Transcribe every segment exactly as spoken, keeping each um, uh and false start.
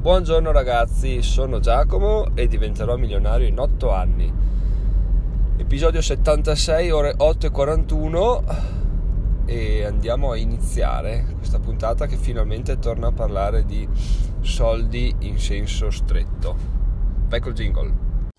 Buongiorno ragazzi, sono Giacomo e diventerò milionario in otto anni. Episodio settantasei, ore otto e quarantuno, e andiamo a iniziare questa puntata che finalmente torna a parlare di soldi in senso stretto. Vai col jingle.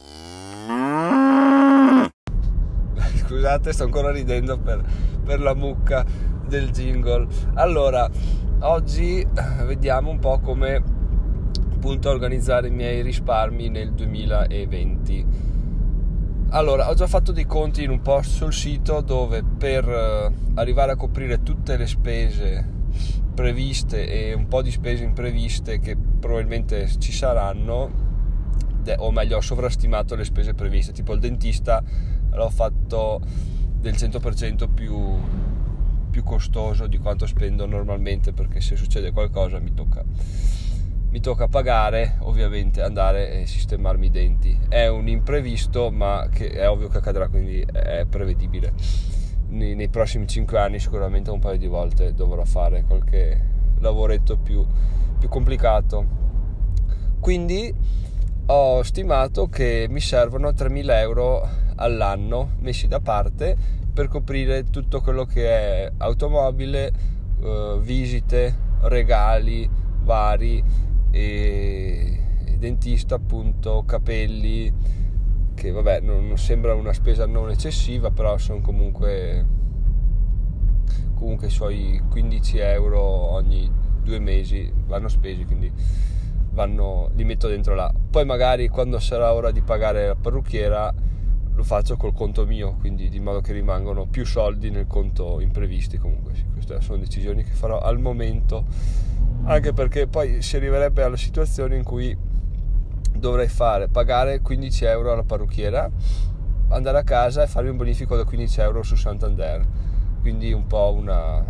Scusate, sto ancora ridendo per, per la mucca del jingle. Allora, oggi vediamo un po' come appunto organizzare i miei risparmi nel duemilaventi. Allora, ho già fatto dei conti in un post sul sito dove per arrivare a coprire tutte le spese previste e un po' di spese impreviste che probabilmente ci saranno, o meglio ho sovrastimato le spese previste, tipo il dentista l'ho fatto del cento per cento più, più costoso di quanto spendo normalmente, perché se succede qualcosa mi tocca mi tocca pagare, ovviamente andare e sistemarmi i denti. È un imprevisto, ma che è ovvio che accadrà, quindi è prevedibile. Nei, nei prossimi cinque anni sicuramente un paio di volte dovrò fare qualche lavoretto più, più complicato. Quindi ho stimato che mi servono tremila euro all'anno messi da parte per coprire tutto quello che è automobile, eh, visite, regali vari, e dentista, appunto, capelli, che vabbè non, non sembra una spesa non eccessiva, però sono comunque comunque i suoi quindici euro ogni due mesi vanno spesi, quindi vanno, li metto dentro là. Poi magari quando sarà ora di pagare la parrucchiera lo faccio col conto mio, quindi di modo che rimangono più soldi nel conto imprevisti. Comunque sì, queste sono decisioni che farò al momento, anche perché poi si arriverebbe alla situazione in cui dovrei fare pagare quindici euro alla parrucchiera, andare a casa e farmi un bonifico da quindici euro su Santander, quindi un po' una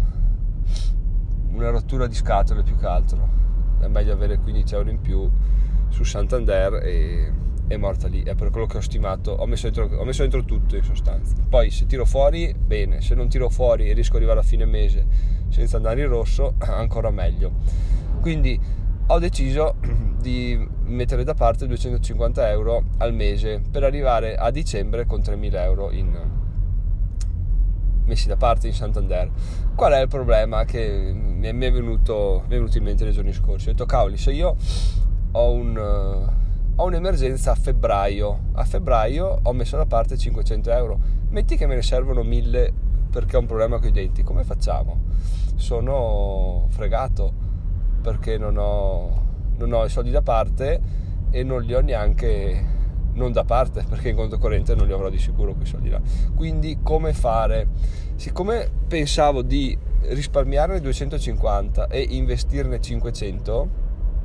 una rottura di scatole più che altro. È meglio avere quindici euro in più su Santander e è morta lì. È per quello che ho stimato, ho messo dentro, ho messo dentro tutto in sostanza. Poi se tiro fuori bene, se non tiro fuori e riesco ad arrivare a fine mese senza andare in rosso, ancora meglio. Quindi ho deciso di mettere da parte duecentocinquanta euro al mese per arrivare a dicembre con tremila euro in messi da parte in Santander. Qual è il problema che mi è venuto, mi è venuto in mente nei giorni scorsi? Ho detto, cavoli, se io ho un ho un'emergenza a febbraio a febbraio ho messo da parte cinquecento euro, metti che me ne servono mille perché ho un problema con i denti, come facciamo? Sono fregato, perché non ho non ho i soldi da parte e non li ho neanche non da parte, perché in conto corrente non li avrò di sicuro quei soldi là. Quindi come fare? Siccome pensavo di risparmiarne duecentocinquanta e investirne cinquecento,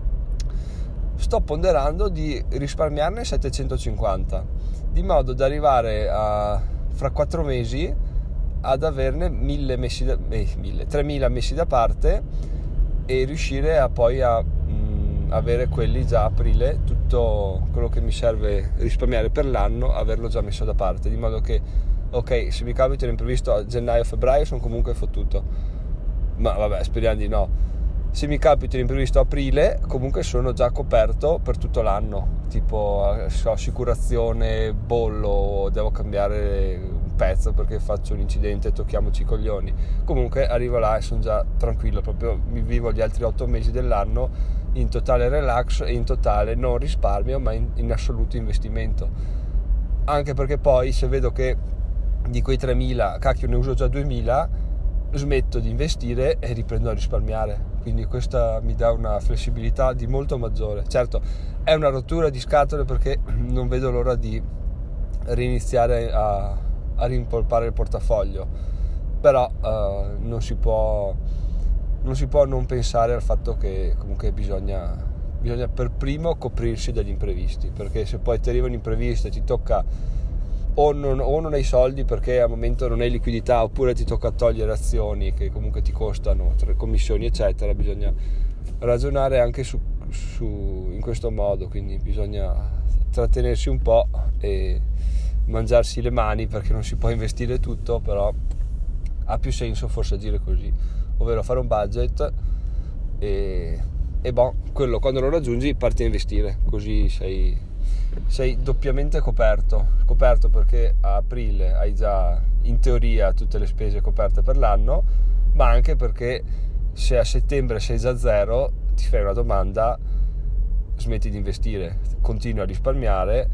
sto ponderando di risparmiarne settecentocinquanta, di modo da arrivare a fra quattro mesi ad averne mille messi da, eh, mille, tremila messi da parte e riuscire a poi a mh, avere quelli già a aprile, tutto quello che mi serve risparmiare per l'anno, averlo già messo da parte, di modo che ok, se mi capita l'imprevisto a gennaio-febbraio sono comunque fottuto, ma vabbè, speriamo di no. Se mi capita l'imprevisto a aprile, comunque sono già coperto per tutto l'anno, tipo assicurazione, bollo, devo cambiare un pezzo perché faccio un incidente e tocchiamoci i coglioni. Comunque arrivo là e sono già tranquillo, proprio mi vivo gli altri otto mesi dell'anno in totale relax e in totale non risparmio, ma in, in assoluto investimento. Anche perché poi se vedo che di quei tremila, cacchio, ne uso già duemila, smetto di investire e riprendo a risparmiare. Quindi questa mi dà una flessibilità di molto maggiore. Certo, è una rottura di scatole perché non vedo l'ora di riniziare a, a rimpolpare il portafoglio, però uh, non si può non si può non pensare al fatto che comunque bisogna bisogna per primo coprirsi dagli imprevisti, perché se poi ti arriva un imprevisto e ti tocca O non, o non hai soldi perché al momento non hai liquidità, oppure ti tocca togliere azioni che comunque ti costano, tra commissioni eccetera, bisogna ragionare anche su, su in questo modo. Quindi bisogna trattenersi un po' e mangiarsi le mani, perché non si può investire tutto, però ha più senso forse agire così, ovvero fare un budget e e boh, quello quando lo raggiungi parti a investire, così sei, sei doppiamente coperto, coperto perché a aprile hai già in teoria tutte le spese coperte per l'anno, ma anche perché se a settembre sei già a zero ti fai una domanda, smetti di investire, continui a risparmiare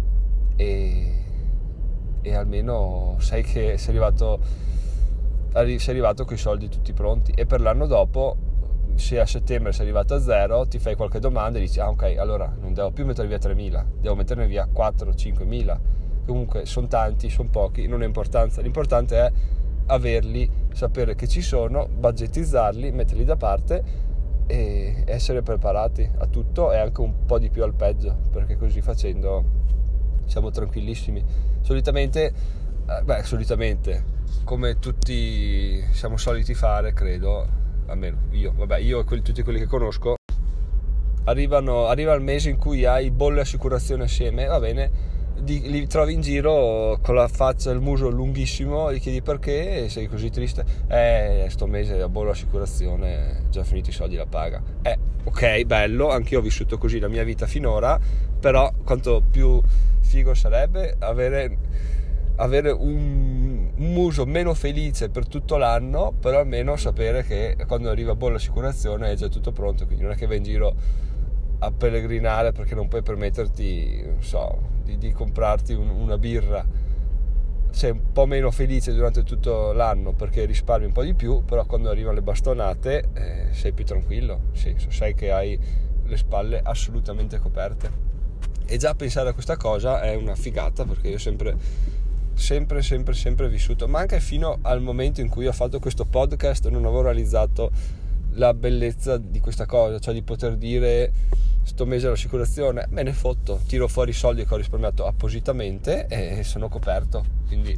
e, e almeno sai che sei arrivato, sei arrivato con i soldi tutti pronti, e per l'anno dopo, se a settembre sei arrivato a zero, ti fai qualche domanda e dici ah ok, allora non devo più mettere via tremila, devo metterne via quattro cinque mila, comunque sono tanti, sono pochi, non ha importanza, l'importante è averli, sapere che ci sono, budgetizzarli, metterli da parte e essere preparati a tutto e anche un po' di più al peggio, perché così facendo siamo tranquillissimi. Solitamente, eh, beh solitamente, come tutti siamo soliti fare, credo, almeno io, vabbè io e quelli, tutti quelli che conosco, arrivano, arriva il mese in cui hai bolle e assicurazione assieme, va bene, Di, li trovi in giro con la faccia e il muso lunghissimo, gli chiedi perché e sei così triste. Eh, sto mese a bollo assicurazione, già finito i soldi, la paga. Eh, ok, bello, anch'io ho vissuto così la mia vita finora, però quanto più figo sarebbe avere, avere un, un muso meno felice per tutto l'anno, però almeno sapere che quando arriva bollo assicurazione è già tutto pronto, quindi non è che vai in giro a pellegrinare perché non puoi permetterti, non so, di, di comprarti un, una birra. Sei un po' meno felice durante tutto l'anno perché risparmi un po' di più, però quando arrivano le bastonate eh, sei più tranquillo, sì, sai che hai le spalle assolutamente coperte, e già pensare a questa cosa è una figata, perché io sempre sempre sempre sempre vissuto, ma anche fino al momento in cui ho fatto questo podcast non avevo realizzato la bellezza di questa cosa, cioè di poter dire sto mese l'assicurazione me ne fotto, tiro fuori i soldi che ho risparmiato appositamente e sono coperto, quindi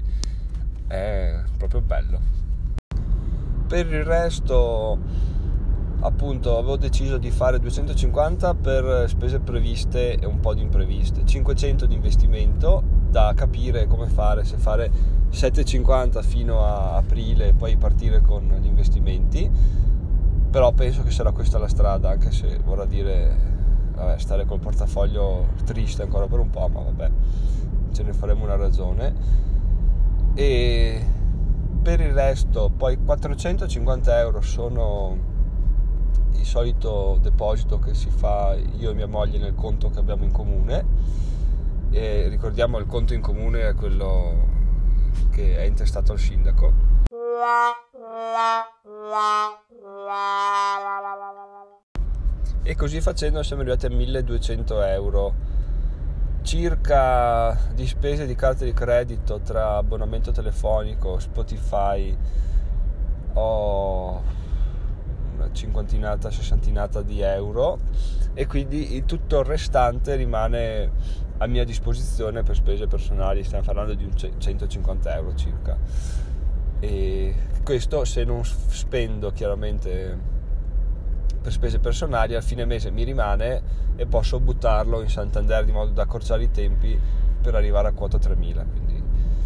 è proprio bello. Per il resto, appunto, avevo deciso di fare duecentocinquanta per spese previste e un po' di impreviste, cinquecento di investimento da capire come fare, se fare settecentocinquanta fino a aprile e poi partire con gli investimenti, però penso che sarà questa la strada, anche se vorrà dire vabbè, stare col portafoglio triste ancora per un po', ma vabbè, ce ne faremo una ragione. E per il resto poi quattrocentocinquanta euro sono il solito deposito che si fa io e mia moglie nel conto che abbiamo in comune, e ricordiamo il conto in comune è quello che è intestato al sindaco. E così facendo siamo arrivati a milleduecento euro circa di spese di carte di credito, tra abbonamento telefonico, Spotify, ho una cinquantinata, sessantinata di euro, e quindi tutto il restante rimane a mia disposizione per spese personali. Stiamo parlando di un centocinquanta euro circa, e questo se non spendo chiaramente per spese personali, al fine mese mi rimane e posso buttarlo in Santander di modo da accorciare i tempi per arrivare a quota tremila, quindi,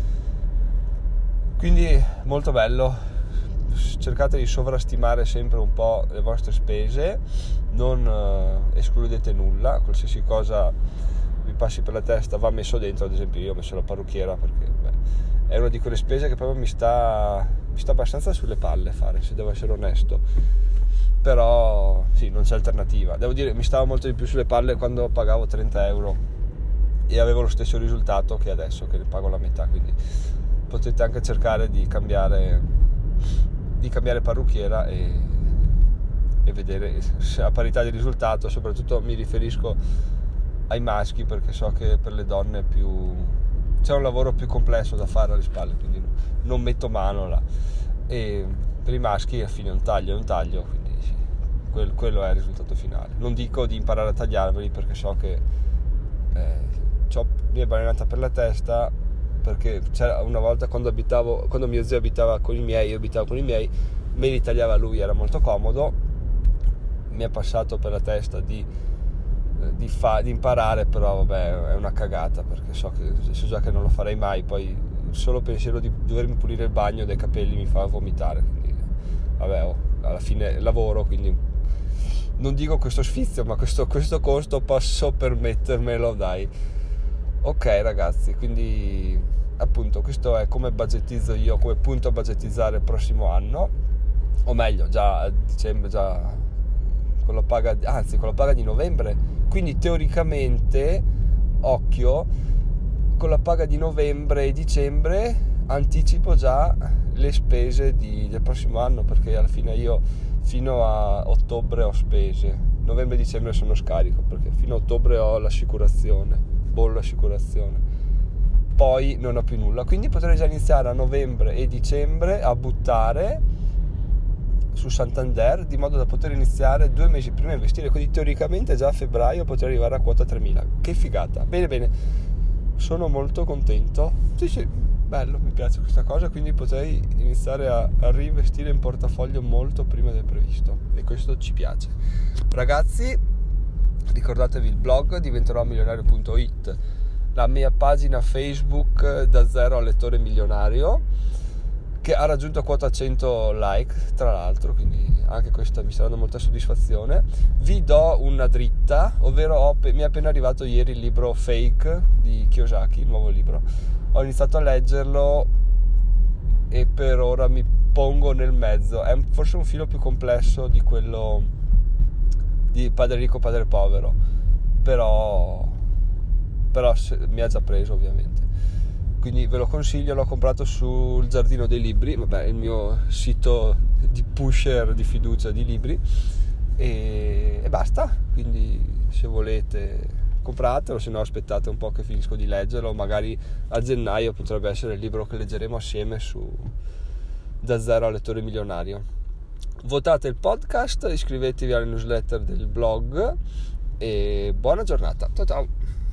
quindi molto bello. Cercate di sovrastimare sempre un po' le vostre spese, non eh, escludete nulla, qualsiasi cosa vi passi per la testa va messo dentro. Ad esempio io ho messo la parrucchiera perché beh, è una di quelle spese che proprio mi sta, mi sta abbastanza sulle palle fare, se devo essere onesto, però sì, non c'è alternativa. Devo dire, mi stava molto di più sulle palle quando pagavo trenta euro e avevo lo stesso risultato che adesso che ne pago la metà, quindi potete anche cercare di cambiare di cambiare parrucchiera e, e vedere se a parità di risultato. Soprattutto mi riferisco ai maschi, perché so che per le donne è più, c'è un lavoro più complesso da fare alle spalle, quindi non metto mano là, e per i maschi alla fine un taglio è un taglio, quindi sì, quel, quello è il risultato finale. Non dico di imparare a tagliarveli, perché so che eh, c'ho, mi è balenata per la testa, perché c'era una volta quando abitavo, quando mio zio abitava con i miei, io abitavo con i miei, me li tagliava lui, era molto comodo. Mi è passato per la testa di, di, fa, di imparare, però vabbè, è una cagata, perché so, che, so già che non lo farei mai. Poi il solo pensiero di dovermi pulire il bagno dai capelli mi fa vomitare, quindi vabbè, oh, alla fine lavoro, quindi non dico questo sfizio, ma questo, questo costo posso permettermelo, dai. Ok ragazzi, quindi appunto questo è come budgetizzo io, come punto a budgetizzare il prossimo anno, o meglio già a dicembre, già con la paga, anzi con la paga di novembre, quindi teoricamente, occhio, con la paga di novembre e dicembre anticipo già le spese di, del prossimo anno, perché alla fine io fino a ottobre ho spese, novembre e dicembre sono scarico, perché fino a ottobre ho l'assicurazione, bollo assicurazione, poi non ho più nulla, quindi potrei già iniziare a novembre e dicembre a buttare su Santander, di modo da poter iniziare due mesi prima a investire, quindi teoricamente già a febbraio potrei arrivare a quota tremila. Che figata, bene bene, sono molto contento, sì sì, bello, mi piace questa cosa, quindi potrei iniziare a, a reinvestire in portafoglio molto prima del previsto, e questo ci piace. Ragazzi, ricordatevi il blog diventerò milionario punto it, la mia pagina Facebook da zero al lettore milionario, che ha raggiunto quota cento like tra l'altro, quindi anche questa mi sta dando molta soddisfazione. Vi do una dritta, ovvero ho, mi è appena arrivato ieri il libro Fake di Kiyosaki, il nuovo libro. Ho iniziato a leggerlo e per ora mi pongo nel mezzo, è forse un filo più complesso di quello di Padre Ricco Padre Povero, però, però mi ha già preso ovviamente, quindi ve lo consiglio. L'ho comprato sul Giardino dei Libri, vabbè, il mio sito di pusher di fiducia di libri, e, e basta, quindi se volete compratelo, se no aspettate un po' che finisco di leggerlo, magari a gennaio potrebbe essere il libro che leggeremo assieme su Da Zero al Lettore Milionario. Votate il podcast, iscrivetevi alla newsletter del blog e buona giornata, ciao ciao.